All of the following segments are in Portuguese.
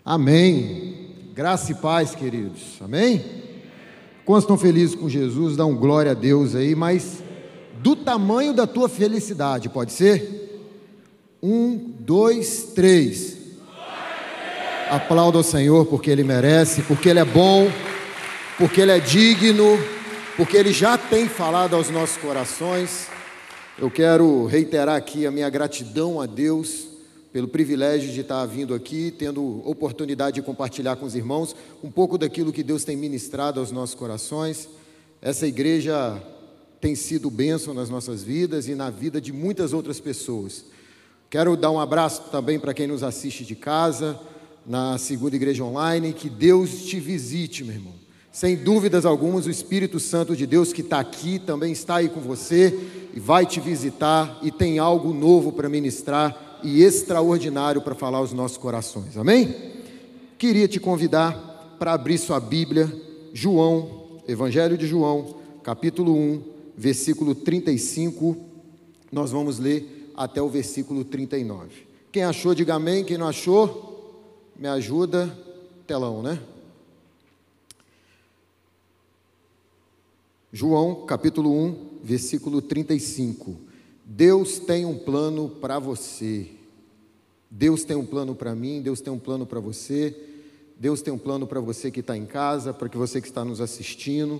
Amém. Graça e paz, queridos. Amém? Quantos estão felizes com Jesus? Dá um glória a Deus aí, mas do tamanho da tua felicidade, pode ser? 1, 2, 3. Aplauda ao Senhor porque Ele merece, porque Ele é bom, porque Ele é digno, porque Ele já tem falado aos nossos corações. Eu quero reiterar aqui a minha gratidão a Deus pelo privilégio de estar vindo aqui, tendo oportunidade de compartilhar com os irmãos um pouco daquilo que Deus tem ministrado aos nossos corações. Essa igreja tem sido bênção nas nossas vidas e na vida de muitas outras pessoas. Quero dar um abraço também para quem nos assiste de casa, na Segunda Igreja Online. Que Deus te visite, meu irmão. Sem dúvidas algumas, o Espírito Santo de Deus que está aqui também está aí com você e vai te visitar e tem algo novo para ministrar e extraordinário para falar aos nossos corações, amém? Queria te convidar para abrir sua Bíblia, João, Evangelho de João, capítulo 1, versículo 35, nós vamos ler até o versículo 39. Quem achou, diga amém, quem não achou, me ajuda, telão, né? João, capítulo 1, versículo 35. Deus tem um plano para você. Deus tem um plano para mim, Deus tem um plano para você. Deus tem um plano para você que está em casa, para que você que está nos assistindo.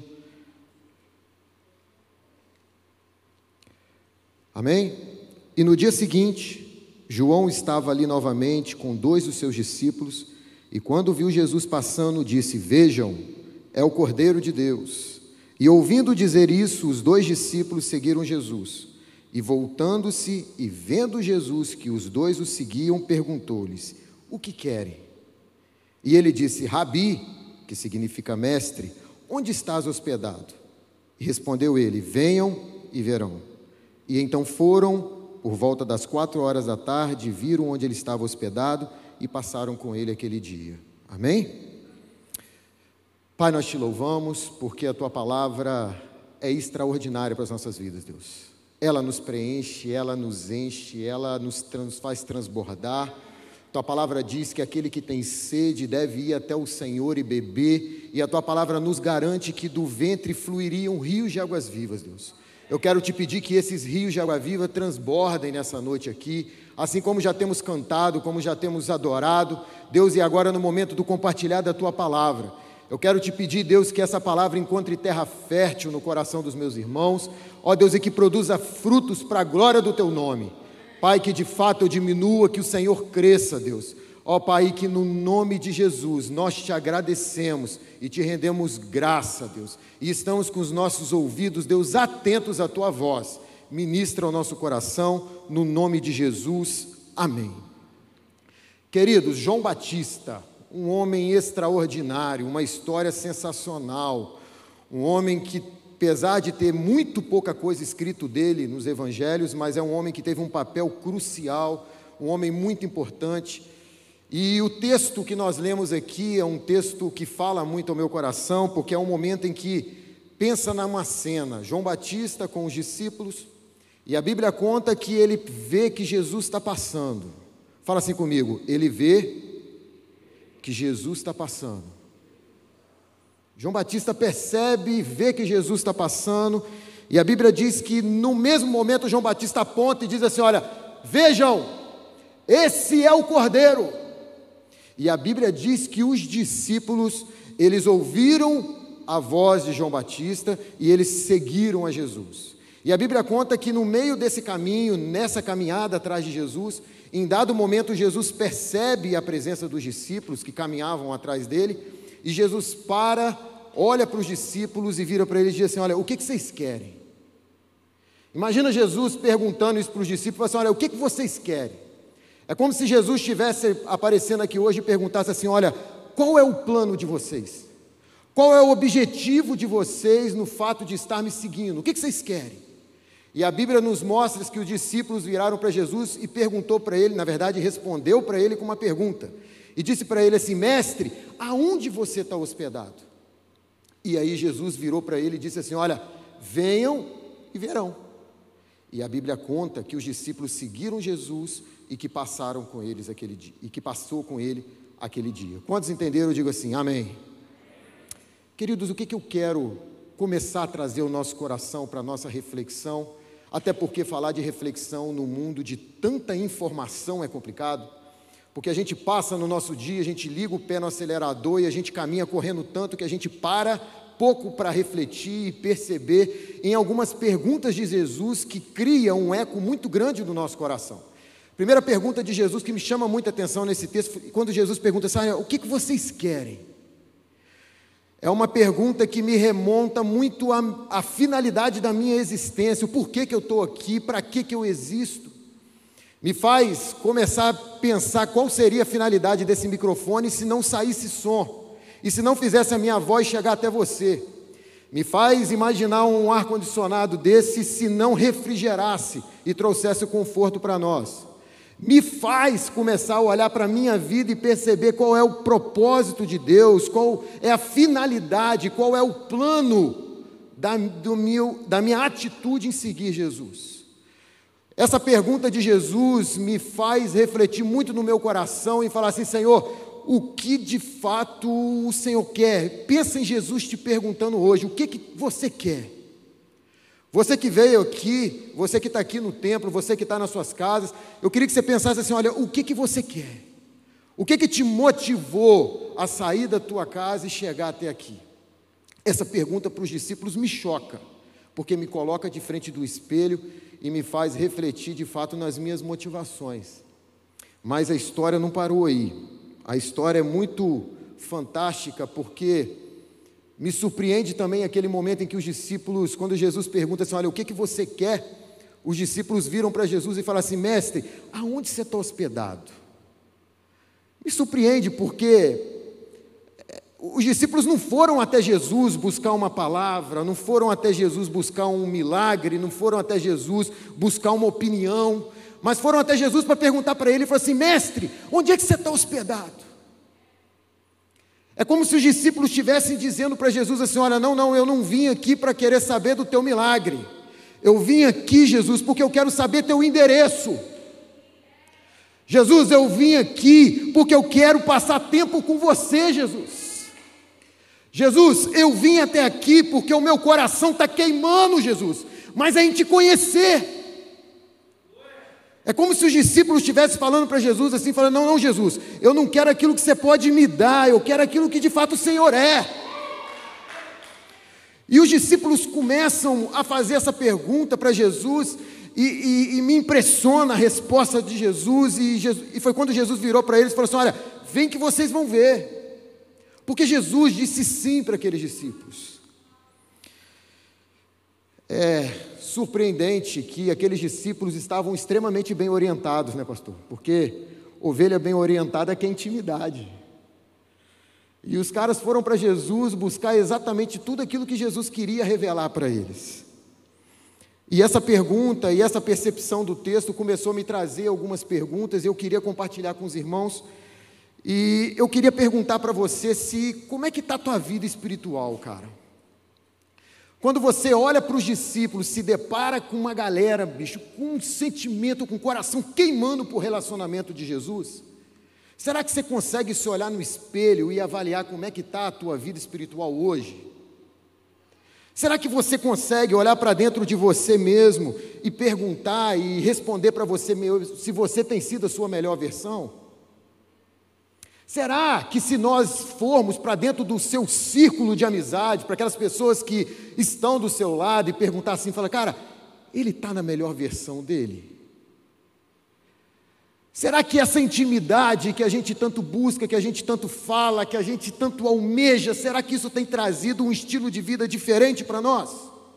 Amém? E no dia seguinte, João estava ali novamente com 2 dos seus discípulos, e quando viu Jesus passando, disse: vejam, é o Cordeiro de Deus. E ouvindo dizer isso, os 2 discípulos seguiram Jesus. E voltando-se e vendo Jesus que os 2 o seguiam, perguntou-lhes: o que querem? E ele disse: Rabi, que significa mestre, onde estás hospedado? E respondeu ele: venham e verão. E então foram, por volta das 4 horas da tarde, viram onde ele estava hospedado e passaram com ele aquele dia. Amém? Pai, nós te louvamos porque a tua palavra é extraordinária para as nossas vidas, Deus. Ela nos preenche, ela nos enche, ela nos faz transbordar. Tua palavra diz que aquele que tem sede deve ir até o Senhor e beber, e a tua palavra nos garante que do ventre fluiriam rios de águas vivas, Deus. Eu quero te pedir que esses rios de água viva transbordem nessa noite aqui, assim como já temos cantado, como já temos adorado, Deus, e agora no momento do compartilhar da tua palavra. Eu quero te pedir, Deus, que essa palavra encontre terra fértil no coração dos meus irmãos, ó Deus, e que produza frutos para a glória do teu nome. Pai, que de fato eu diminua, que o Senhor cresça, Deus. Ó Pai, que no nome de Jesus nós te agradecemos e te rendemos graça, Deus. E estamos com os nossos ouvidos, Deus, atentos à tua voz. Ministra ao nosso coração, no nome de Jesus. Amém. Queridos, João Batista, um homem extraordinário, uma história sensacional, um homem que, apesar de ter muito pouca coisa escrito dele nos evangelhos, mas é um homem que teve um papel crucial, um homem muito importante. E o texto que nós lemos aqui é um texto que fala muito ao meu coração, porque é um momento em que pensa numa cena, João Batista com os discípulos, e a Bíblia conta que ele vê que Jesus está passando. Fala assim comigo, ele vê que Jesus está passando. João Batista percebe e vê que Jesus está passando, e a Bíblia diz que no mesmo momento João Batista aponta e diz assim: olha, vejam, esse é o Cordeiro. E a Bíblia diz que os discípulos, eles ouviram a voz de João Batista e eles seguiram a Jesus. E a Bíblia conta que no meio desse caminho, nessa caminhada atrás de Jesus, em dado momento Jesus percebe a presença dos discípulos que caminhavam atrás dele, e Jesus para, olha para os discípulos e vira para eles e diz assim: olha, o que vocês querem? Imagina Jesus perguntando isso para os discípulos, assim: olha, o que vocês querem? É como se Jesus estivesse aparecendo aqui hoje e perguntasse assim: olha, qual é o plano de vocês? Qual é o objetivo de vocês no fato de estar me seguindo? O que vocês querem? E a Bíblia nos mostra que os discípulos viraram para Jesus e perguntou para ele, na verdade respondeu para ele com uma pergunta, e disse para ele assim: mestre, aonde você está hospedado? E aí Jesus virou para ele e disse assim: olha, venham e verão. E a Bíblia conta que os discípulos seguiram Jesus e que passaram com eles aquele dia, e que passou com ele aquele dia. Quantos entenderam? Eu digo assim, amém. Queridos, o que eu quero começar a trazer o nosso coração para a nossa reflexão, até porque falar de reflexão no mundo de tanta informação é complicado, porque a gente passa no nosso dia, a gente liga o pé no acelerador e a gente caminha correndo tanto que a gente para pouco para refletir e perceber em algumas perguntas de Jesus que criam um eco muito grande no nosso coração. Primeira pergunta de Jesus que me chama muita atenção nesse texto, quando Jesus pergunta assim, o que vocês querem? É uma pergunta que me remonta muito à finalidade da minha existência, o porquê que eu estou aqui, para que eu existo. Me faz começar a pensar qual seria a finalidade desse microfone se não saísse som, e se não fizesse a minha voz chegar até você. Me faz imaginar um ar-condicionado desse se não refrigerasse e trouxesse conforto para nós. Me faz começar a olhar para a minha vida e perceber qual é o propósito de Deus, qual é a finalidade, qual é o plano da minha atitude em seguir Jesus. Essa pergunta de Jesus me faz refletir muito no meu coração e falar assim, Senhor, o que de fato o Senhor quer? Pensa em Jesus te perguntando hoje, o que você quer? Você que veio aqui, você que está aqui no templo, você que está nas suas casas, eu queria que você pensasse assim, olha, o que você quer? O que te motivou a sair da tua casa e chegar até aqui? Essa pergunta para os discípulos me choca, porque me coloca de frente do espelho e me faz refletir de fato nas minhas motivações. Mas a história não parou aí. A história é muito fantástica porque me surpreende também aquele momento em que os discípulos, quando Jesus pergunta assim, olha, o que você quer? Os discípulos viram para Jesus e falam assim, mestre, aonde você está hospedado? Me surpreende porque os discípulos não foram até Jesus buscar uma palavra, não foram até Jesus buscar um milagre, não foram até Jesus buscar uma opinião, mas foram até Jesus para perguntar para ele e falar assim, mestre, onde é que você está hospedado? É como se os discípulos estivessem dizendo para Jesus assim, olha, não, eu não vim aqui para querer saber do teu milagre, eu vim aqui, Jesus, porque eu quero saber teu endereço. Jesus, eu vim aqui porque eu quero passar tempo com você, Jesus. Jesus, eu vim até aqui porque o meu coração está queimando, Jesus, mas é em te conhecer. É como se os discípulos estivessem falando para Jesus assim, falando, não, Jesus, eu não quero aquilo que você pode me dar, eu quero aquilo que de fato o Senhor é. E os discípulos começam a fazer essa pergunta para Jesus, e me impressiona a resposta de Jesus, e foi quando Jesus virou para eles e falou assim, olha, vem que vocês vão ver. Porque Jesus disse sim para aqueles discípulos. É surpreendente que aqueles discípulos estavam extremamente bem orientados, né, pastor? Porque ovelha bem orientada quer intimidade. E os caras foram para Jesus buscar exatamente tudo aquilo que Jesus queria revelar para eles. E essa pergunta e essa percepção do texto começou a me trazer algumas perguntas, e eu queria compartilhar com os irmãos. E eu queria perguntar para você como é que está a tua vida espiritual, cara? Quando você olha para os discípulos, se depara com uma galera, bicho, com um sentimento, com o coração queimando por relacionamento de Jesus, será que você consegue se olhar no espelho e avaliar como é que está a tua vida espiritual hoje? Será que você consegue olhar para dentro de você mesmo e perguntar e responder para você mesmo se você tem sido a sua melhor versão? Será que se nós formos para dentro do seu círculo de amizade, para aquelas pessoas que estão do seu lado e perguntar assim, falar, cara, ele está na melhor versão dele? Será que essa intimidade que a gente tanto busca, que a gente tanto fala, que a gente tanto almeja, será que isso tem trazido um estilo de vida diferente para nós?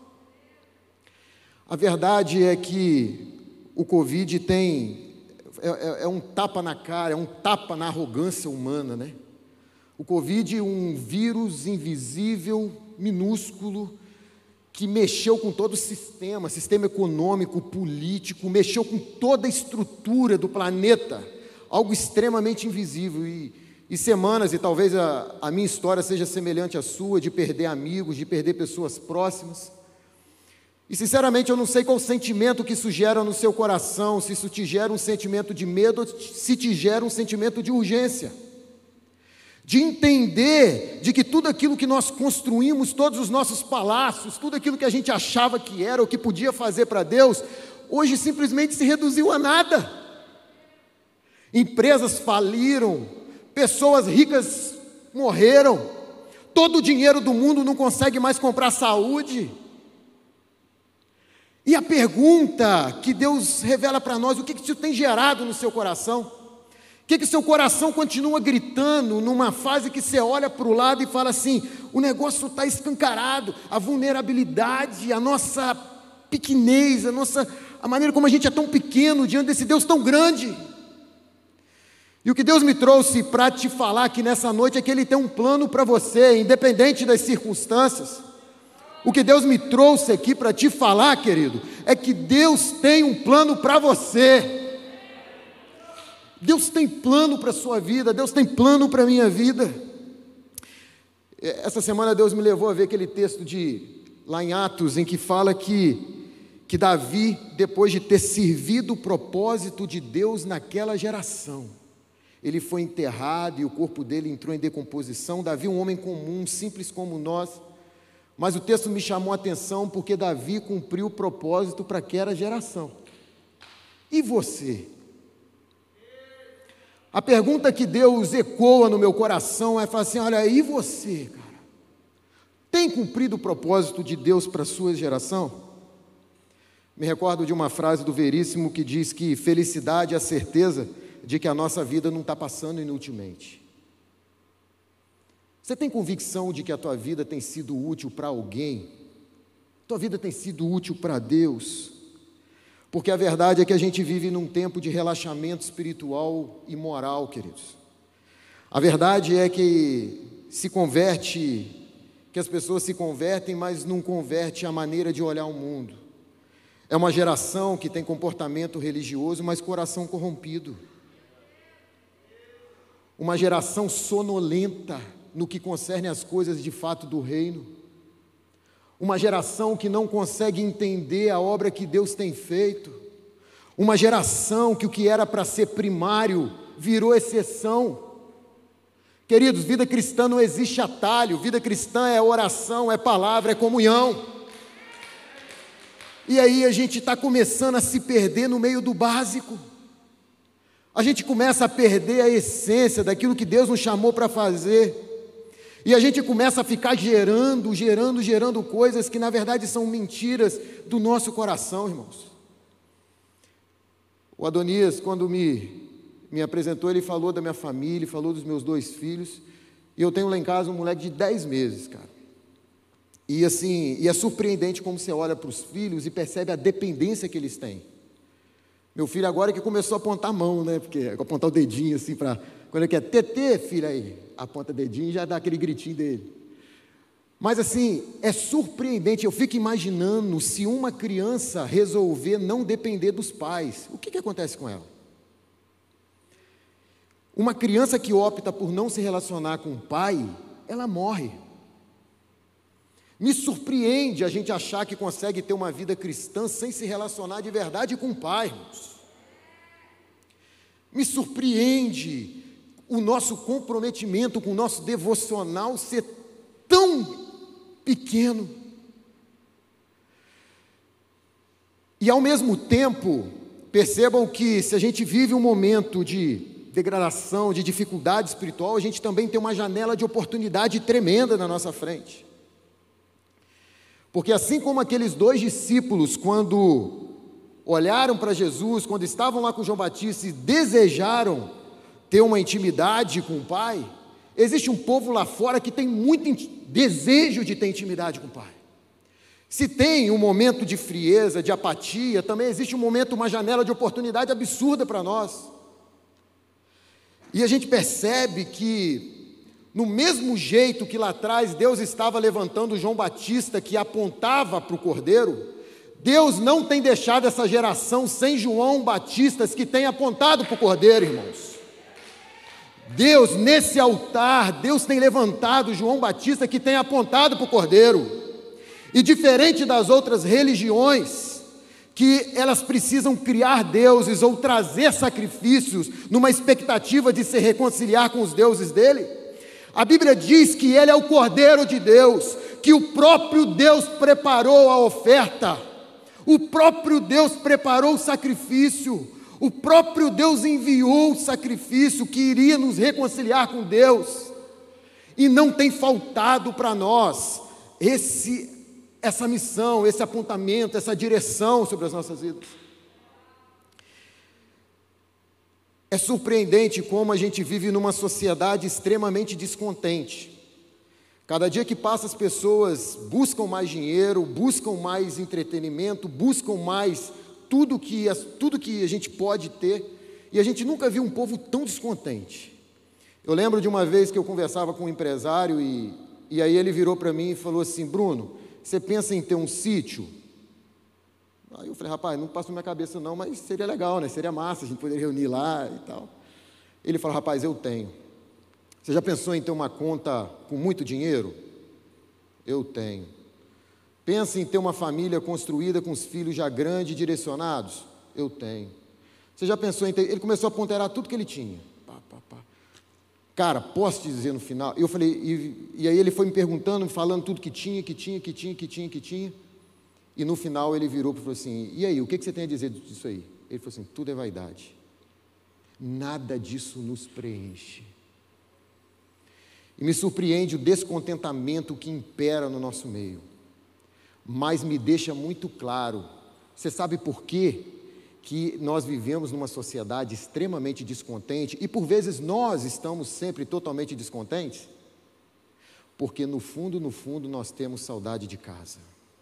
A verdade é que o Covid é um tapa na cara, é um tapa na arrogância humana, né? O Covid, um vírus invisível, minúsculo, que mexeu com todo o sistema econômico, político, mexeu com toda a estrutura do planeta, algo extremamente invisível, e semanas, e talvez a minha história seja semelhante à sua, de perder amigos, de perder pessoas próximas. E sinceramente eu não sei qual sentimento que isso gera no seu coração, se isso te gera um sentimento de medo ou se te gera um sentimento de urgência. de entender de que tudo aquilo que nós construímos, todos os nossos palácios, tudo aquilo que a gente achava que era, ou que podia fazer para Deus, hoje simplesmente se reduziu a nada. Empresas faliram, pessoas ricas morreram, todo o dinheiro do mundo não consegue mais comprar saúde. E a pergunta que Deus revela para nós, o que isso tem gerado no seu coração? O que seu coração continua gritando numa fase que você olha para o lado e fala assim, o negócio está escancarado, a vulnerabilidade, a nossa pequenez, a maneira como a gente é tão pequeno diante desse Deus tão grande. E o que Deus me trouxe para te falar aqui nessa noite é que Ele tem um plano para você, independente das circunstâncias. O que Deus me trouxe aqui para te falar, querido, é que Deus tem um plano para você. Deus tem plano para a sua vida, Deus tem plano para a minha vida. Essa semana Deus me levou a ver aquele texto lá em Atos, em que fala que Davi, depois de ter servido o propósito de Deus naquela geração, ele foi enterrado e o corpo dele entrou em decomposição. Davi, um homem comum, simples como nós, mas o texto me chamou a atenção porque Davi cumpriu o propósito para aquela geração. E você? A pergunta que Deus ecoa no meu coração é falar assim, olha, e você, cara? Tem cumprido o propósito de Deus para a sua geração? Me recordo de uma frase do Veríssimo que diz que felicidade é a certeza de que a nossa vida não está passando inutilmente. Você tem convicção de que a tua vida tem sido útil para alguém? Tua vida tem sido útil para Deus? Porque a verdade é que a gente vive num tempo de relaxamento espiritual e moral, queridos. A verdade é que as pessoas se convertem, mas não converte a maneira de olhar o mundo. É uma geração que tem comportamento religioso, mas coração corrompido. Uma geração sonolenta no que concerne as coisas de fato do reino. Uma geração que não consegue entender a obra que Deus tem feito. Uma geração que o que era para ser primário virou exceção. Queridos, vida cristã não existe atalho. Vida cristã é oração, é palavra, é comunhão. E aí a gente está começando a se perder no meio do básico. A gente começa a perder a essência daquilo que Deus nos chamou para fazer. E a gente começa a ficar gerando coisas que na verdade são mentiras do nosso coração, irmãos. O Adonias, quando me apresentou, ele falou da minha família, falou dos meus 2 filhos, e eu tenho lá em casa um moleque de 10 meses, cara. E assim, é surpreendente como você olha para os filhos e percebe a dependência que eles têm. Meu filho agora que começou a apontar a mão, né? Porque apontar o dedinho assim para... Quando ele quer, tetê, filho, aí, aponta o dedinho e já dá aquele gritinho dele. Mas assim, é surpreendente, eu fico imaginando se uma criança resolver não depender dos pais, o que acontece com ela? Uma criança que opta por não se relacionar com o pai, ela morre. Me surpreende a gente achar que consegue ter uma vida cristã sem se relacionar de verdade com o pai, irmãos. Me surpreende o nosso comprometimento com o nosso devocional ser tão pequeno. E ao mesmo tempo, percebam que se a gente vive um momento de degradação, de dificuldade espiritual, a gente também tem uma janela de oportunidade tremenda na nossa frente. Porque assim como aqueles 2 discípulos, quando olharam para Jesus, quando estavam lá com João Batista e desejaram ter uma intimidade com o Pai, existe um povo lá fora que tem muito desejo de ter intimidade com o Pai. Se tem um momento de frieza, de apatia, também existe um momento, uma janela de oportunidade absurda para nós. E a gente percebe que, no mesmo jeito que lá atrás Deus estava levantando João Batista, que apontava para o Cordeiro, Deus não tem deixado essa geração sem João Batistas que tem apontado para o Cordeiro, irmãos. Deus, nesse altar, Deus tem levantado João Batista que tem apontado para o Cordeiro. E diferente das outras religiões, que elas precisam criar deuses ou trazer sacrifícios numa expectativa de se reconciliar com os deuses dele, A Bíblia diz que Ele é o Cordeiro de Deus, que o próprio Deus preparou a oferta, o próprio Deus preparou o sacrifício, o próprio Deus enviou o sacrifício que iria nos reconciliar com Deus, e não tem faltado para nós essa missão, esse apontamento, essa direção sobre as nossas vidas. É surpreendente como a gente vive numa sociedade extremamente descontente. Cada dia que passa, as pessoas buscam mais dinheiro, buscam mais entretenimento, buscam mais tudo que a gente pode ter, e a gente nunca viu um povo tão descontente. Eu lembro de uma vez que eu conversava com um empresário, e aí ele virou para mim e falou assim: Bruno, você pensa em ter um sítio? Aí eu falei: rapaz, não passou na minha cabeça não, mas seria legal, né? Seria massa, a gente poderia reunir lá e tal. Ele falou: rapaz, eu tenho. Você já pensou em ter uma conta com muito dinheiro? Eu tenho. Pensa em ter uma família construída com os filhos já grandes e direcionados? Eu tenho. Você já pensou em ter... Ele começou a ponderar tudo que ele tinha. Cara, posso te dizer no final? Eu falei, e aí ele foi me perguntando, falando tudo que tinha. E no final ele virou e falou assim: e aí, o que você tem a dizer disso aí? Ele falou assim: tudo é vaidade. Nada disso nos preenche. E me surpreende o descontentamento que impera no nosso meio. Mas me deixa muito claro, você sabe por quê que nós vivemos numa sociedade extremamente descontente, e por vezes nós estamos sempre totalmente descontentes? Porque no fundo, nós temos saudade de casa.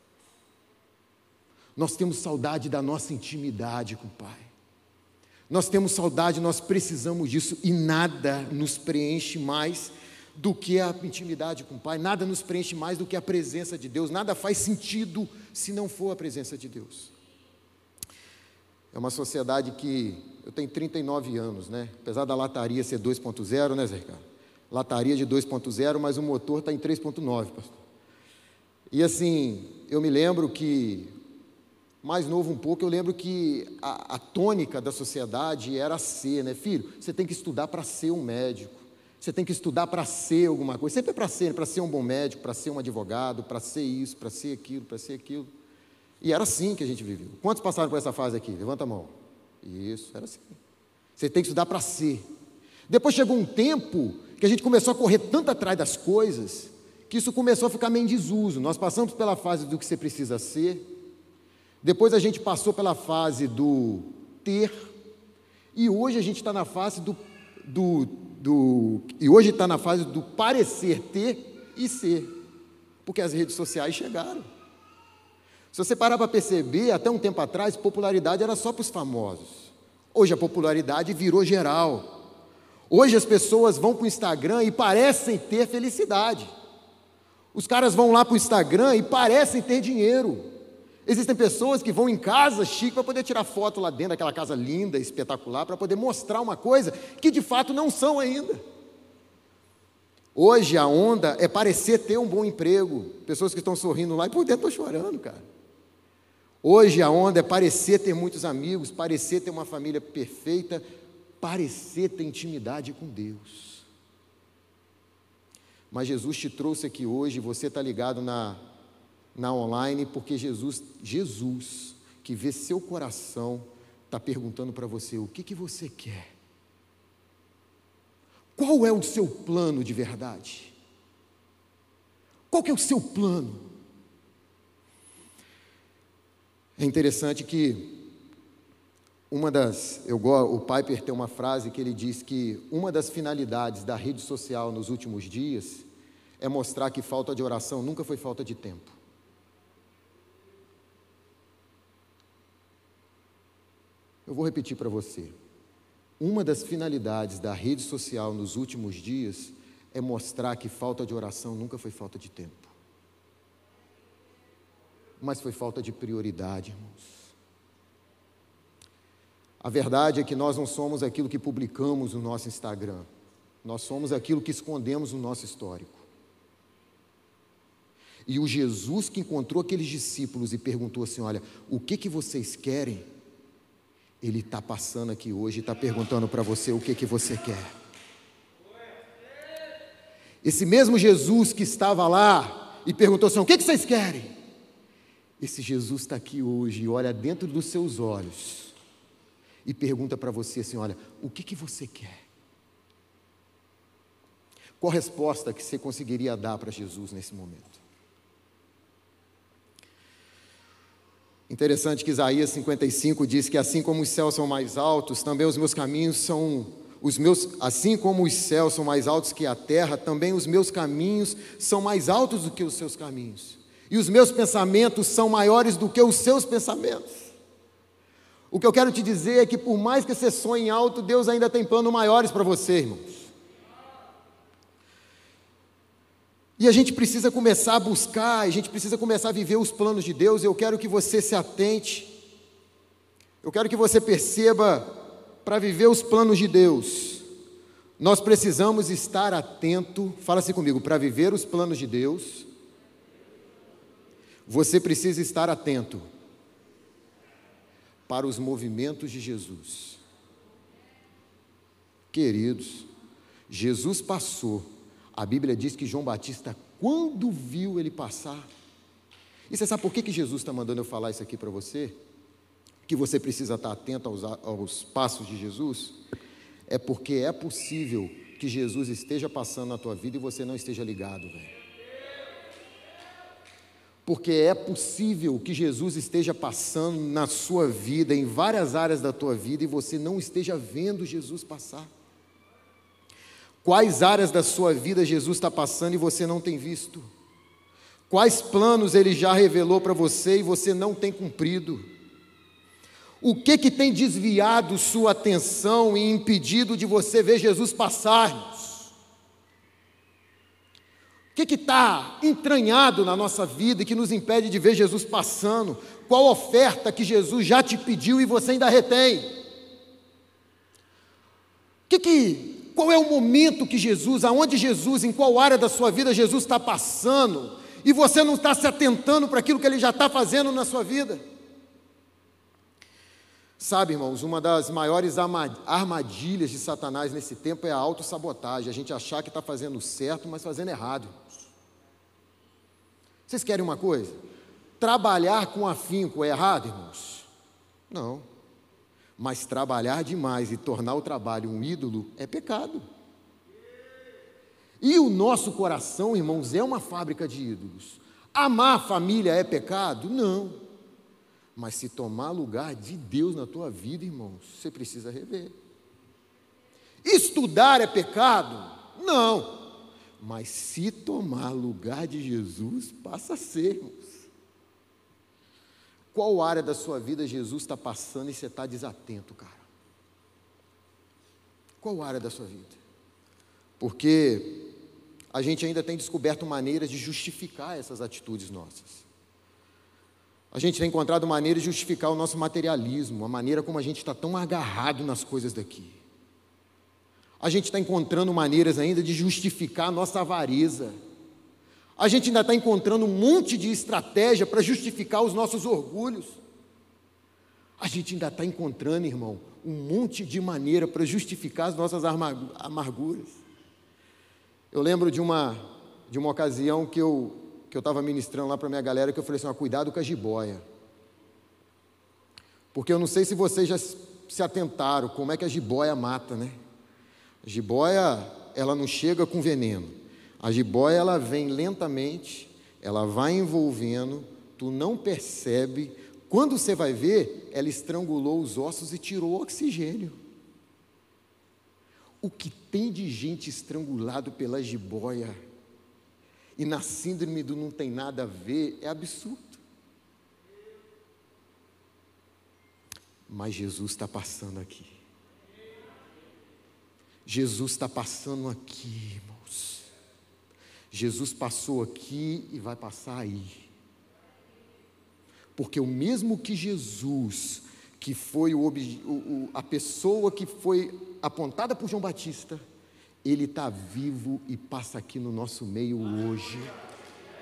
Nós temos saudade da nossa intimidade com o Pai. Nós temos saudade, nós precisamos disso, e nada nos preenche mais do que a intimidade com o Pai, nada nos preenche mais do que a presença de Deus, nada faz sentido se não for a presença de Deus. É uma sociedade que, eu tenho 39 anos, né? Apesar da lataria ser 2.0, né, Zé Ricardo? Lataria de 2.0, mas o motor está em 3.9, pastor. E assim, eu me lembro que, mais novo um pouco, eu lembro que a tônica da sociedade era ser, né? Filho, você tem que estudar para ser um médico. Você tem que estudar para ser alguma coisa, sempre é para ser um bom médico, para ser um advogado, para ser isso, para ser aquilo, para ser aquilo. E era assim que a gente viveu. Quantos passaram por essa fase aqui? Levanta a mão. Isso, era assim. Você tem que estudar para ser. Depois chegou um tempo que a gente começou a correr tanto atrás das coisas, que isso começou a ficar meio em desuso. Nós passamos pela fase do que você precisa ser, depois a gente passou pela fase do ter, e hoje a gente está na fase do parecer ter e ser, porque as redes sociais chegaram. Se você parar para perceber, até um tempo atrás, popularidade era só para os famosos. Hoje a popularidade virou geral. Hoje as pessoas vão para o Instagram e parecem ter felicidade. Os caras vão lá para o Instagram e parecem ter dinheiro. Existem pessoas que vão em casa chique para poder tirar foto lá dentro daquela casa linda, espetacular, para poder mostrar uma coisa que de fato não são ainda. Hoje a onda é parecer ter um bom emprego. Pessoas que estão sorrindo lá e por dentro estão chorando, cara. Hoje a onda é parecer ter muitos amigos, parecer ter uma família perfeita, parecer ter intimidade com Deus. Mas Jesus te trouxe aqui hoje, você está ligado na online, porque Jesus, que vê seu coração, está perguntando para você: o que você quer? Qual é o seu plano de verdade? Qual que é o seu plano? É interessante que o Piper tem uma frase que ele diz que uma das finalidades da rede social nos últimos dias é mostrar que falta de oração nunca foi falta de tempo. Eu vou repetir para você. Uma das finalidades da rede social nos últimos dias é mostrar que falta de oração nunca foi falta de tempo. Mas foi falta de prioridade, irmãos. A verdade é que nós não somos aquilo que publicamos no nosso Instagram. Nós somos aquilo que escondemos no nosso histórico. E o Jesus que encontrou aqueles discípulos e perguntou assim: olha, o que vocês querem? Ele está passando aqui hoje e está perguntando para você o que você quer. Esse mesmo Jesus que estava lá e perguntou assim: o que vocês querem? Esse Jesus está aqui hoje e olha dentro dos seus olhos e pergunta para você assim: olha, o que você quer? Qual resposta que você conseguiria dar para Jesus nesse momento? Interessante que Isaías 55 diz que assim como os céus são mais altos, também os meus caminhos são assim como os céus são mais altos que a terra, também os meus caminhos são mais altos do que os seus caminhos, e os meus pensamentos são maiores do que os seus pensamentos. O que eu quero te dizer é que por mais que você sonhe alto, Deus ainda tem planos maiores para você, irmãos. E a gente precisa começar a buscar, a gente precisa começar a viver os planos de Deus. Eu quero que você se atente, eu quero que você perceba, para viver os planos de Deus, nós precisamos estar atento. Fala assim comigo: para viver os planos de Deus, você precisa estar atento para os movimentos de Jesus. Queridos, Jesus passou. A Bíblia diz que João Batista, quando viu ele passar, e você sabe por que Jesus está mandando eu falar isso aqui para você? Que você precisa estar atento aos passos de Jesus? É porque é possível que Jesus esteja passando na tua vida e você não esteja ligado, velho. Porque é possível que Jesus esteja passando na sua vida, em várias áreas da tua vida, e você não esteja vendo Jesus passar. Quais áreas da sua vida Jesus está passando e você não tem visto? Quais planos Ele já revelou para você e você não tem cumprido? O que tem desviado sua atenção e impedido de você ver Jesus passar? O que está entranhado na nossa vida e que nos impede de ver Jesus passando? Qual oferta que Jesus já te pediu e você ainda retém? Qual é o momento que Jesus, aonde Jesus, em qual área da sua vida Jesus está passando, e você não está se atentando para aquilo que Ele já está fazendo na sua vida? Sabe, irmãos, uma das maiores armadilhas de Satanás nesse tempo é a autossabotagem, a gente achar que está fazendo certo, mas fazendo errado. Vocês querem uma coisa? Trabalhar com afinco é errado, irmãos? Não. Mas trabalhar demais e tornar o trabalho um ídolo é pecado. E o nosso coração, irmãos, é uma fábrica de ídolos. Amar a família é pecado? Não. Mas se tomar lugar de Deus na tua vida, irmãos, você precisa rever. Estudar é pecado? Não. Mas se tomar lugar de Jesus, passa a ser, irmãos. Qual área da sua vida Jesus está passando e você está desatento, cara? Qual área da sua vida? Porque a gente ainda tem descoberto maneiras de justificar essas atitudes nossas. A gente tem encontrado maneiras de justificar o nosso materialismo, a maneira como a gente está tão agarrado nas coisas daqui. A gente está encontrando maneiras ainda de justificar a nossa avareza. A gente ainda está encontrando um monte de estratégia para justificar os nossos orgulhos. A gente ainda está encontrando, irmão, um monte de maneira para justificar as nossas amarguras. Eu lembro de uma ocasião que eu estava ministrando lá para a minha galera, que eu falei assim: cuidado com a jiboia. Porque eu não sei se vocês já se atentaram como é que a jiboia mata, né? A jiboia, ela não chega com veneno. A jiboia, ela vem lentamente, ela vai envolvendo, tu não percebe, quando você vai ver, ela estrangulou os ossos e tirou o oxigênio. O que tem de gente estrangulado pela jiboia, e na síndrome do não tem nada a ver, é absurdo. Mas Jesus está passando aqui. Jesus está passando aqui, irmãos. Jesus passou aqui e vai passar aí. Porque o mesmo que Jesus, que foi a pessoa que foi apontada por João Batista, Ele está vivo e passa aqui no nosso meio hoje.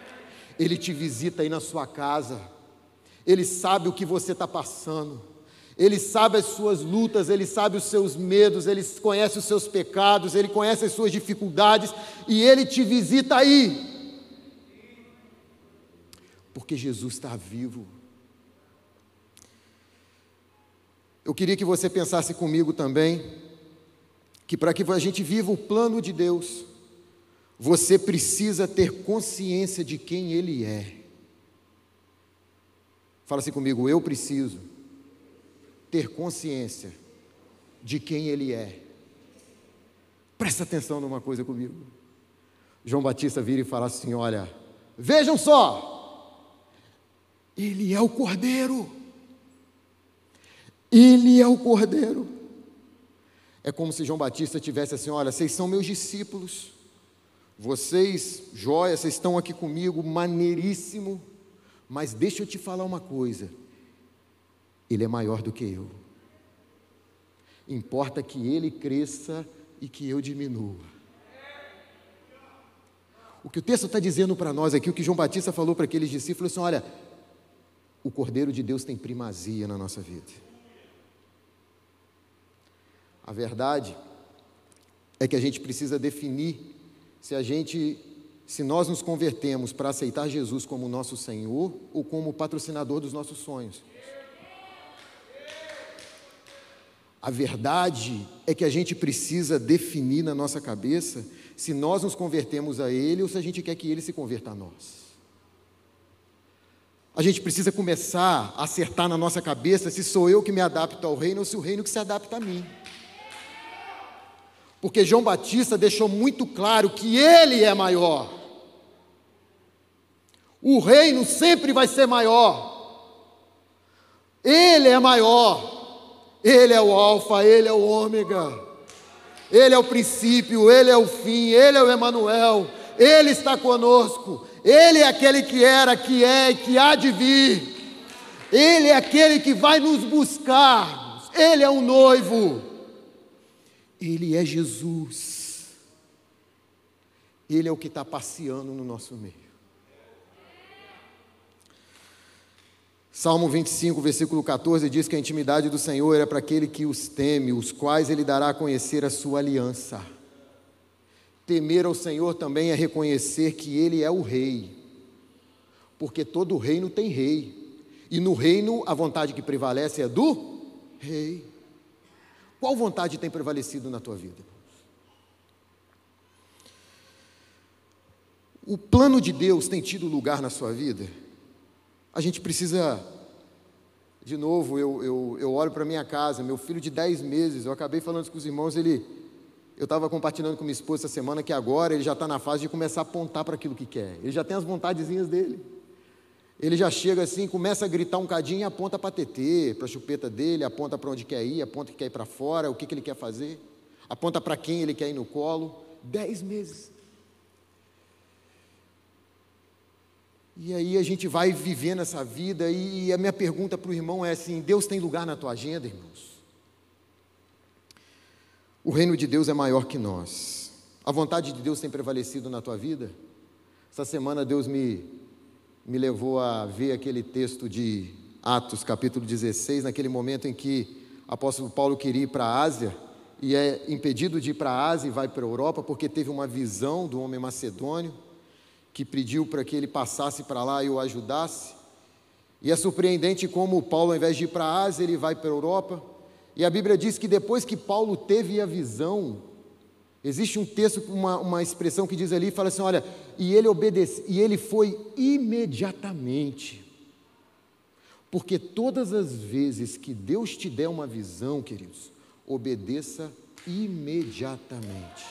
Ele te visita aí na sua casa. Ele sabe o que você está passando. Ele sabe as suas lutas, Ele sabe os seus medos, Ele conhece os seus pecados, Ele conhece as suas dificuldades, e Ele te visita aí. Porque Jesus está vivo. Eu queria que você pensasse comigo também, que para que a gente viva o plano de Deus, você precisa ter consciência de quem Ele é. Fala assim comigo, eu preciso ter consciência de quem Ele é. Presta atenção numa coisa comigo. João Batista vira e fala assim, olha, vejam só, Ele é o Cordeiro. Ele é o Cordeiro. É como se João Batista tivesse assim, olha, vocês são meus discípulos, vocês, joia, vocês estão aqui comigo, maneiríssimo, mas deixa eu te falar uma coisa, Ele é maior do que eu. Importa que Ele cresça e que eu diminua. O que o texto está dizendo para nós aqui, o que João Batista falou para aqueles discípulos, assim, olha, o Cordeiro de Deus tem primazia na nossa vida. A verdade é que a gente precisa definir se nós nos convertemos para aceitar Jesus como nosso Senhor ou como patrocinador dos nossos sonhos. A verdade é que a gente precisa definir na nossa cabeça se nós nos convertemos a Ele ou se a gente quer que Ele se converta a nós. A gente precisa começar a acertar na nossa cabeça se sou eu que me adapto ao reino ou se o reino que se adapta a mim. Porque João Batista deixou muito claro que Ele é maior. O reino sempre vai ser maior. Ele é maior. Ele é o alfa, Ele é o ômega. Ele é o princípio, Ele é o fim, Ele é o Emanuel. Ele está conosco. Ele é aquele que era, que é e que há de vir. Ele é aquele que vai nos buscar. Ele é o noivo. Ele é Jesus. Ele é o que está passeando no nosso meio. Salmo 25, versículo 14 diz que a intimidade do Senhor é para aquele que os teme, os quais Ele dará a conhecer a sua aliança. Temer ao Senhor também é reconhecer que Ele é o Rei, porque todo reino tem rei, e no reino a vontade que prevalece é do Rei. Qual vontade tem prevalecido na tua vida? O plano de Deus tem tido lugar na sua vida? A gente precisa, de novo, eu olho para minha casa, meu filho de 10 meses, eu acabei falando isso com os irmãos, eu estava compartilhando com minha esposa essa semana que agora ele já está na fase de começar a apontar para aquilo que quer, ele já tem as vontadezinhas dele, ele já chega assim, começa a gritar um cadinho e aponta para a tetê, para a chupeta dele, aponta para onde quer ir, aponta que quer ir para fora, o que ele quer fazer, aponta para quem ele quer ir no colo, 10 meses. E aí a gente vai vivendo essa vida, e a minha pergunta para o irmão é assim, Deus tem lugar na tua agenda, irmãos? O reino de Deus é maior que nós. A vontade de Deus tem prevalecido na tua vida? Essa semana Deus me levou a ver aquele texto de Atos, capítulo 16, naquele momento em que o apóstolo Paulo queria ir para a Ásia, e é impedido de ir para a Ásia e vai para a Europa, porque teve uma visão do homem macedônio, que pediu para que ele passasse para lá e o ajudasse, e é surpreendente como Paulo, ao invés de ir para a Ásia, ele vai para a Europa, e a Bíblia diz que depois que Paulo teve a visão, existe um texto, uma expressão que diz ali, fala assim, olha, e ele obedeceu, e ele foi imediatamente, porque todas as vezes que Deus te der uma visão, queridos, obedeça imediatamente.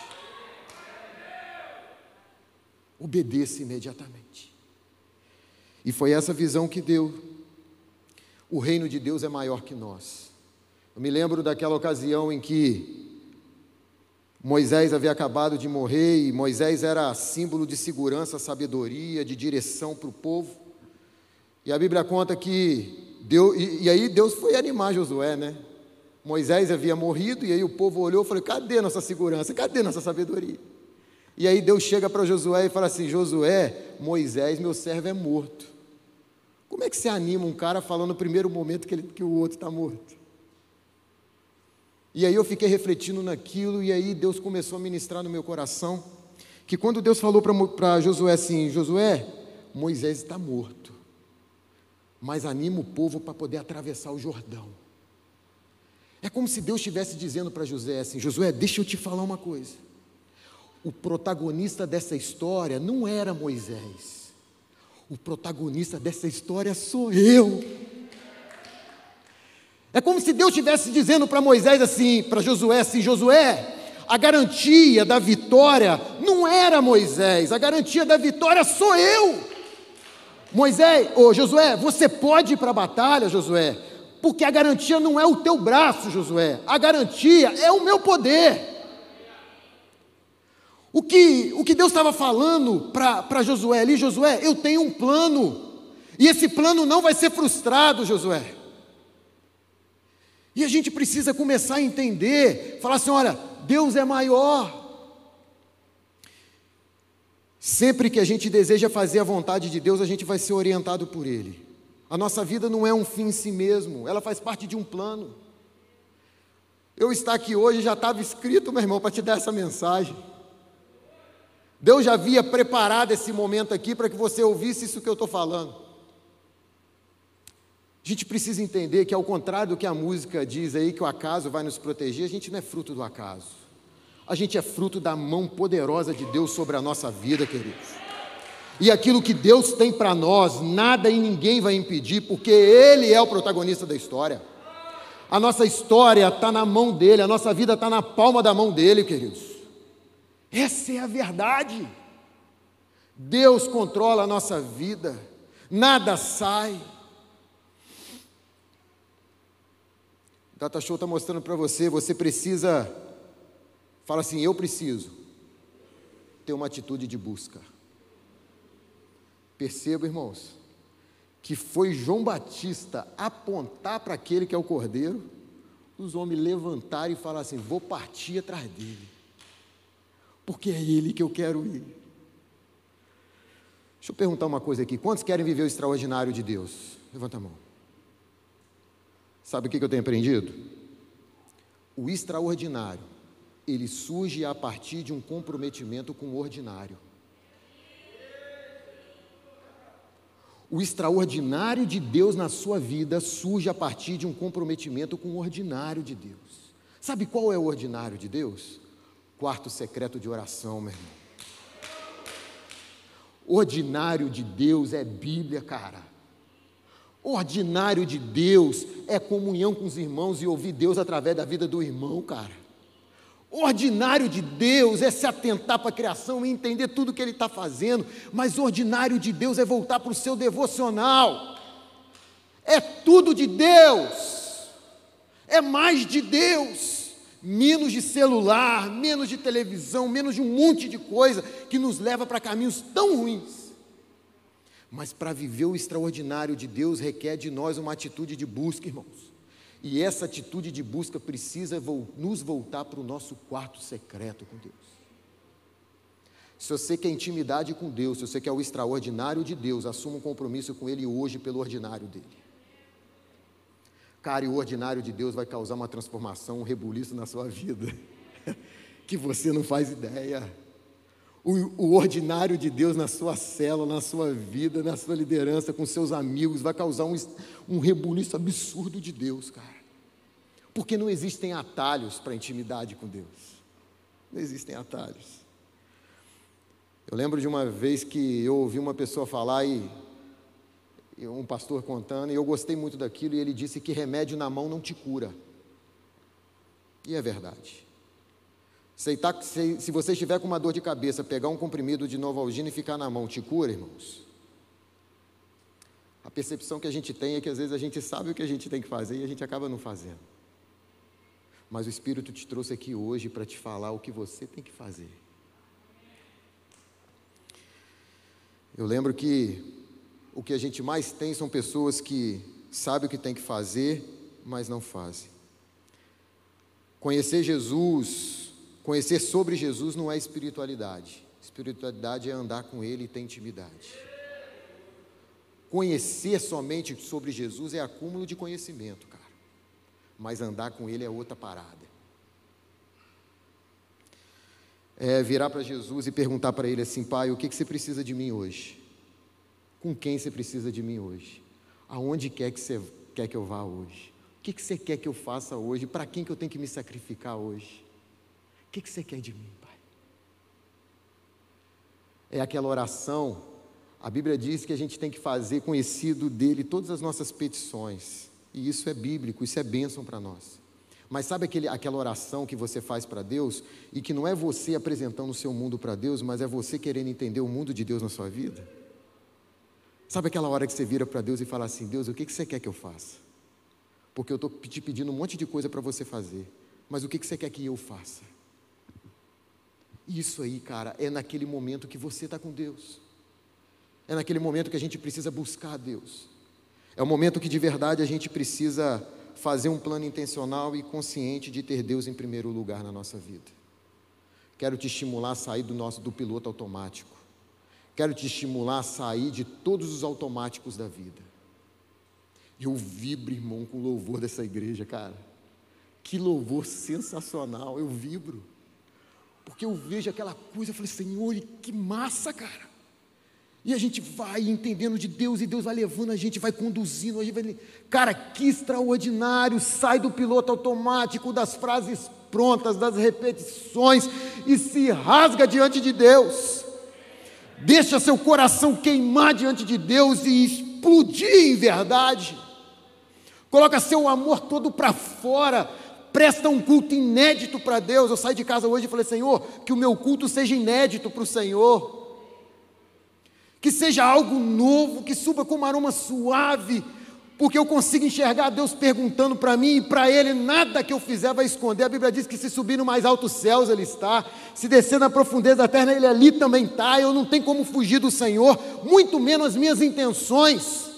Obedeça imediatamente. E foi essa visão que deu. O reino de Deus é maior que nós. Eu me lembro daquela ocasião em que Moisés havia acabado de morrer, e Moisés era símbolo de segurança, sabedoria, de direção para o povo, e a Bíblia conta que Deus, e aí Deus foi animar Josué, né? Moisés havia morrido, e aí o povo olhou e falou, cadê nossa segurança, cadê nossa sabedoria? E aí Deus chega para Josué e fala assim, Josué, Moisés, meu servo, é morto. Como é que você anima um cara falando no primeiro momento que o outro está morto? E aí eu fiquei refletindo naquilo, e aí Deus começou a ministrar no meu coração, que quando Deus falou para Josué assim: Josué, Moisés está morto, mas anima o povo para poder atravessar o Jordão. É como se Deus estivesse dizendo para Josué assim: Josué, deixa eu te falar uma coisa, o protagonista dessa história não era Moisés, o protagonista dessa história sou eu. É como se Deus estivesse dizendo para Moisés assim, para Josué assim: Josué, a garantia da vitória não era Moisés, a garantia da vitória sou eu. Josué, você pode ir para a batalha, Josué, porque a garantia não é o teu braço, Josué, a garantia é o meu poder. O que Deus estava falando para Josué ali: Josué, eu tenho um plano, e esse plano não vai ser frustrado, Josué. E a gente precisa começar a entender, falar assim: olha, Deus é maior. Sempre que a gente deseja fazer a vontade de Deus, a gente vai ser orientado por Ele. A nossa vida não é um fim em si mesmo, ela faz parte de um plano. Eu estar aqui hoje já estava escrito, meu irmão, para te dar essa mensagem. Deus já havia preparado esse momento aqui para que você ouvisse isso que eu estou falando. A gente precisa entender que, ao contrário do que a música diz aí, que o acaso vai nos proteger, a gente não é fruto do acaso. A gente é fruto da mão poderosa de Deus sobre a nossa vida, queridos. E aquilo que Deus tem para nós, nada e ninguém vai impedir, porque Ele é o protagonista da história. A nossa história está na mão dEle, a nossa vida está na palma da mão dEle, queridos. Essa é a verdade. Deus controla a nossa vida, nada sai. Data Show está mostrando para você, você precisa, fala assim: eu preciso ter uma atitude de busca. Perceba, irmãos, que foi João Batista apontar para aquele que é o Cordeiro, os homens levantarem e falar assim: vou partir atrás dele, porque é ele que eu quero ir. Deixa eu perguntar uma coisa aqui: quantos querem viver o extraordinário de Deus? Levanta a mão. Sabe o que eu tenho aprendido? O extraordinário, ele surge a partir de um comprometimento com o ordinário. O extraordinário de Deus na sua vida surge a partir de um comprometimento com o ordinário de Deus. Sabe qual é o ordinário de Deus? Quarto secreto de oração, meu irmão. Ordinário de Deus é Bíblia, cara. Ordinário de Deus é comunhão com os irmãos e ouvir Deus através da vida do irmão, cara. Ordinário de Deus é se atentar para a criação e entender tudo que Ele está fazendo, mas ordinário de Deus é voltar para o seu devocional. É tudo de Deus, é mais de Deus, menos de celular, menos de televisão, menos de um monte de coisa que nos leva para caminhos tão ruins. Mas para viver o extraordinário de Deus requer de nós uma atitude de busca, irmãos. E essa atitude de busca precisa nos voltar para o nosso quarto secreto com Deus. Se você quer intimidade com Deus, se você quer o extraordinário de Deus, assuma um compromisso com Ele hoje pelo ordinário dEle. Cara, e o ordinário de Deus vai causar uma transformação, um rebuliço na sua vida, que você não faz ideia. O ordinário de Deus na sua célula, na sua vida, na sua liderança, com seus amigos, vai causar um rebuliço absurdo de Deus, cara. Porque não existem atalhos para a intimidade com Deus. Não existem atalhos. Eu lembro de uma vez que eu ouvi uma pessoa falar, e um pastor contando, e eu gostei muito daquilo, e ele disse que remédio na mão não te cura. E é verdade. Se você estiver com uma dor de cabeça, pegar um comprimido de Novalgina e ficar na mão, te cura, irmãos? A percepção que a gente tem é que às vezes a gente sabe o que a gente tem que fazer e a gente acaba não fazendo. Mas o Espírito te trouxe aqui hoje para te falar o que você tem que fazer. Eu lembro que o que a gente mais tem são pessoas que sabem o que tem que fazer, mas não fazem. Conhecer sobre Jesus não é espiritualidade. Espiritualidade é andar com Ele e ter intimidade. Conhecer somente sobre Jesus é acúmulo de conhecimento, cara. Mas andar com Ele é outra parada. virar para Jesus e perguntar para Ele assim: Pai, o que você precisa de mim hoje? Com quem você precisa de mim hoje? Aonde quer que você quer que eu vá hoje? O que você quer que eu faça hoje? Para quem que eu tenho que me sacrificar hoje? O que você quer de mim, Pai? É aquela oração, a Bíblia diz que a gente tem que fazer conhecido dele todas as nossas petições, e isso é bíblico, isso é bênção para nós. Mas sabe aquela oração que você faz para Deus, e que não é você apresentando o seu mundo para Deus, mas é você querendo entender o mundo de Deus na sua vida? Sabe aquela hora que você vira para Deus e fala assim: Deus, o que você quer que eu faça? Porque eu estou te pedindo um monte de coisa para você fazer, mas o que você quer que eu faça? Isso aí, cara, é naquele momento que você está com Deus. É naquele momento que a gente precisa buscar a Deus. É o momento que de verdade a gente precisa fazer um plano intencional e consciente de ter Deus em primeiro lugar na nossa vida. Quero te estimular a sair do piloto automático. Quero te estimular a sair de todos os automáticos da vida. Eu vibro, irmão, com o louvor dessa igreja, cara. Que louvor sensacional, eu vibro. Porque eu vejo aquela coisa, eu falei: Senhor, que massa, cara. E a gente vai entendendo de Deus, e Deus vai levando a gente, vai conduzindo, a gente vai... Cara, que extraordinário, sai do piloto automático, das frases prontas, das repetições, e se rasga diante de Deus. Deixa seu coração queimar diante de Deus e explodir em verdade. Coloca seu amor todo para fora. Presta um culto inédito para Deus. Eu saí de casa hoje e falei: Senhor, que o meu culto seja inédito para o Senhor, que seja algo novo, que suba com um aroma suave, porque eu consigo enxergar Deus perguntando para mim, e para Ele nada que eu fizer vai esconder. A Bíblia diz que se subir no mais altos céus Ele está, se descer na profundeza da terra Ele ali também está. Eu não tenho como fugir do Senhor, muito menos as minhas intenções.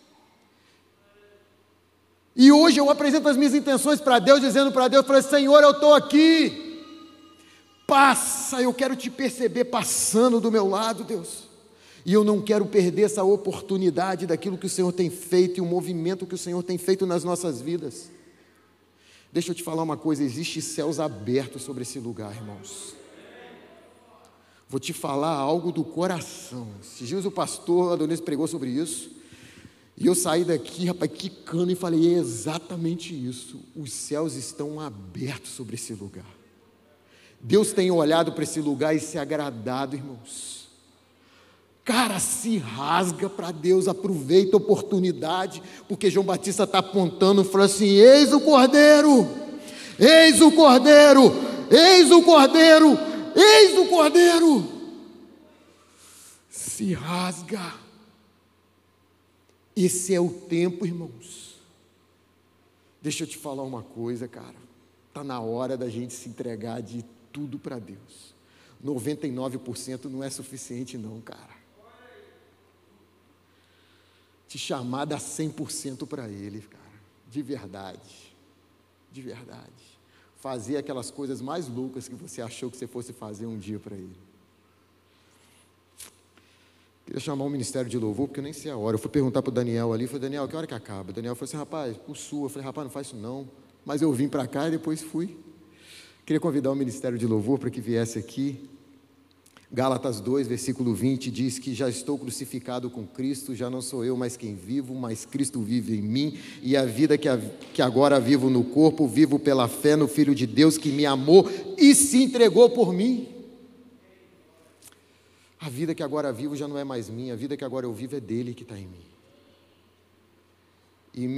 E hoje eu apresento as minhas intenções para Deus, dizendo para Deus, falei: Senhor, eu estou aqui, passa, eu quero te perceber passando do meu lado, Deus, e eu não quero perder essa oportunidade daquilo que o Senhor tem feito, e o movimento que o Senhor tem feito nas nossas vidas. Deixa eu te falar uma coisa, existe céus abertos sobre esse lugar, irmãos. Vou te falar algo do coração. Esses dias o pastor Adonis pregou sobre isso, e eu saí daqui, rapaz, quicando, e falei: é exatamente isso, os céus estão abertos sobre esse lugar. Deus tem olhado para esse lugar e se agradado, irmãos. Cara, se rasga para Deus, aproveita a oportunidade, porque João Batista está apontando, falando assim: eis o Cordeiro, eis o Cordeiro, eis o Cordeiro, eis o Cordeiro. Se rasga. Esse é o tempo, irmãos. Deixa eu te falar uma coisa, cara. Está na hora da gente se entregar de tudo para Deus. 99% não é suficiente não, cara. Te chamar dá 100% para Ele, cara. De verdade. De verdade. Fazer aquelas coisas mais loucas que você achou que você fosse fazer um dia para Ele. Queria chamar um ministério de louvor, porque eu nem sei a hora. Eu fui perguntar para o Daniel ali, falei: Daniel, que hora que acaba? O Daniel falou assim: rapaz, por sua. Eu falei: rapaz, não faz isso não. Mas eu vim para cá e depois fui. Queria convidar o ministério de louvor para que viesse aqui. Gálatas 2, versículo 20, diz que já estou crucificado com Cristo, já não sou eu mais quem vivo, mas Cristo vive em mim, e a vida que agora vivo no corpo, vivo pela fé no Filho de Deus que me amou e se entregou por mim. A vida que agora vivo já não é mais minha, a vida que agora eu vivo é dele que está em mim. E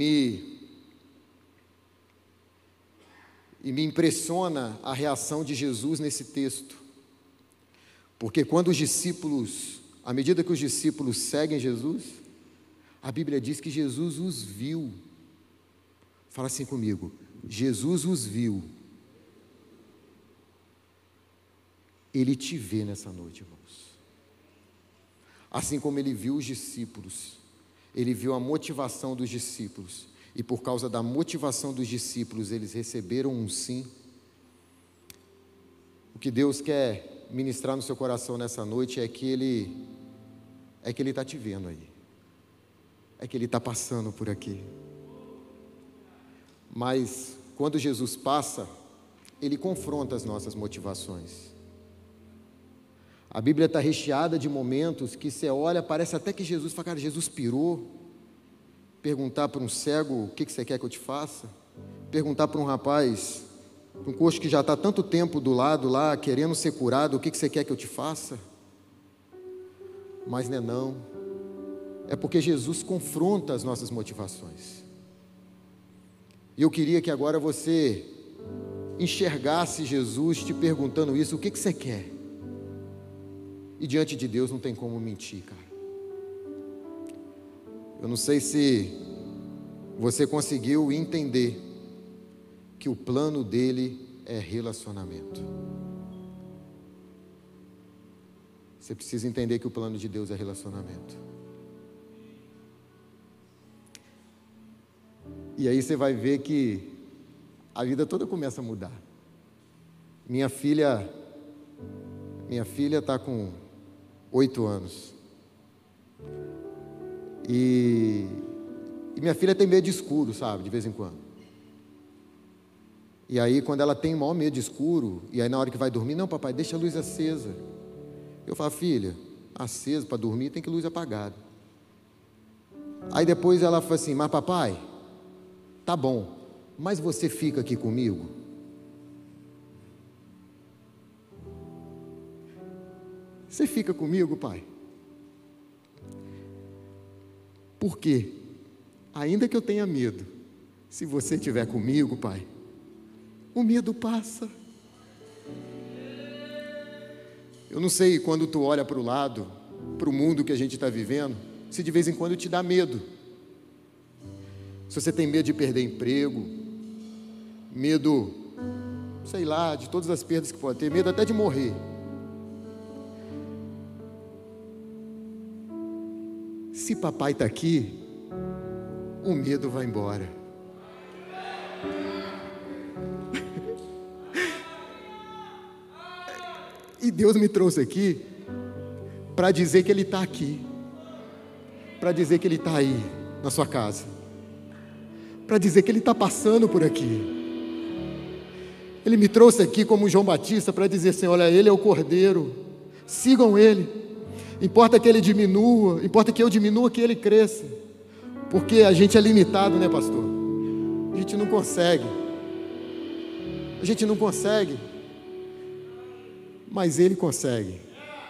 me impressiona a reação de Jesus nesse texto, porque quando os discípulos, à medida que os discípulos seguem Jesus, a Bíblia diz que Jesus os viu. Fala assim comigo: Jesus os viu. Ele te vê nessa noite, irmãos. Assim como ele viu os discípulos, ele viu a motivação dos discípulos, e por causa da motivação dos discípulos, eles receberam um sim. O que Deus quer ministrar no seu coração nessa noite é que Ele está te vendo aí, é que Ele está passando por aqui. Mas quando Jesus passa, Ele confronta as nossas motivações. A Bíblia está recheada de momentos que você olha, parece até que Jesus fala, cara, Jesus pirou. Perguntar para um cego, o que você quer que eu te faça? Perguntar para um rapaz, um coxo que já está tanto tempo do lado lá, querendo ser curado, o que você quer que eu te faça? Mas não. É porque Jesus confronta as nossas motivações. E eu queria que agora você enxergasse Jesus te perguntando isso, o que você quer? E diante de Deus não tem como mentir, cara. Eu não sei se você conseguiu entender que o plano dele é relacionamento. Você precisa entender que o plano de Deus é relacionamento. E aí você vai ver que a vida toda começa a mudar. Minha filha está com 8 anos. E minha filha tem medo de escuro, sabe, de vez em quando. E aí quando ela tem maior medo de escuro, e aí na hora que vai dormir, não papai, deixa a luz acesa. Eu falo, filha, acesa para dormir tem que luz apagada. Aí depois ela fala assim, mas papai, tá bom, mas você fica aqui comigo? Você fica comigo, pai? Por quê? Ainda que eu tenha medo, se você estiver comigo, pai, o medo passa. Eu não sei quando tu olha para o lado, para o mundo que a gente está vivendo, se de vez em quando te dá medo. Se você tem medo de perder emprego, medo, sei lá, de todas as perdas que pode ter, medo até de morrer. Se papai está aqui, o medo vai embora. E Deus me trouxe aqui para dizer que Ele está aqui, para dizer que Ele está aí na sua casa, para dizer que Ele está passando por aqui. Ele me trouxe aqui como João Batista para dizer assim, olha, Ele é o Cordeiro, sigam Ele. Importa que Ele diminua, importa que eu diminua, que Ele cresça. Porque a gente é limitado, né, pastor? A gente não consegue. A gente não consegue. Mas Ele consegue.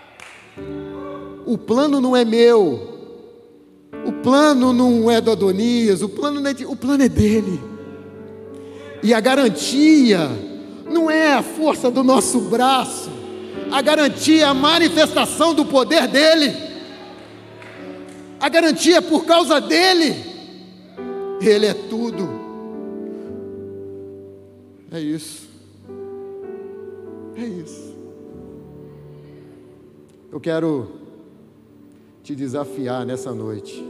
O plano não é meu. O plano não é do Adonias. O plano é dele. E a garantia não é a força do nosso braço. A garantia é a manifestação do poder dele. A garantia é por causa dele. Ele é tudo. É isso. É isso. Eu quero te desafiar nessa noite.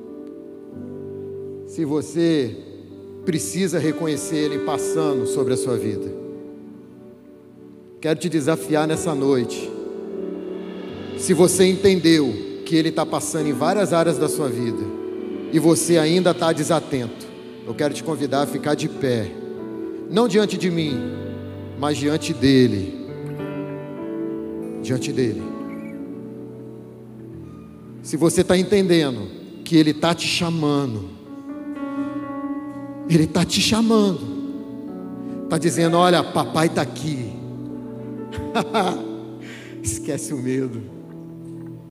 Se você precisa reconhecer Ele passando sobre a sua vida, quero te desafiar nessa noite. Se você entendeu que Ele está passando em várias áreas da sua vida e você ainda está desatento, eu quero te convidar a ficar de pé, não diante de mim, mas diante dEle. Diante dEle. Se você está entendendo que Ele está te chamando, Ele está te chamando, está dizendo, olha, papai está aqui. Esquece o medo.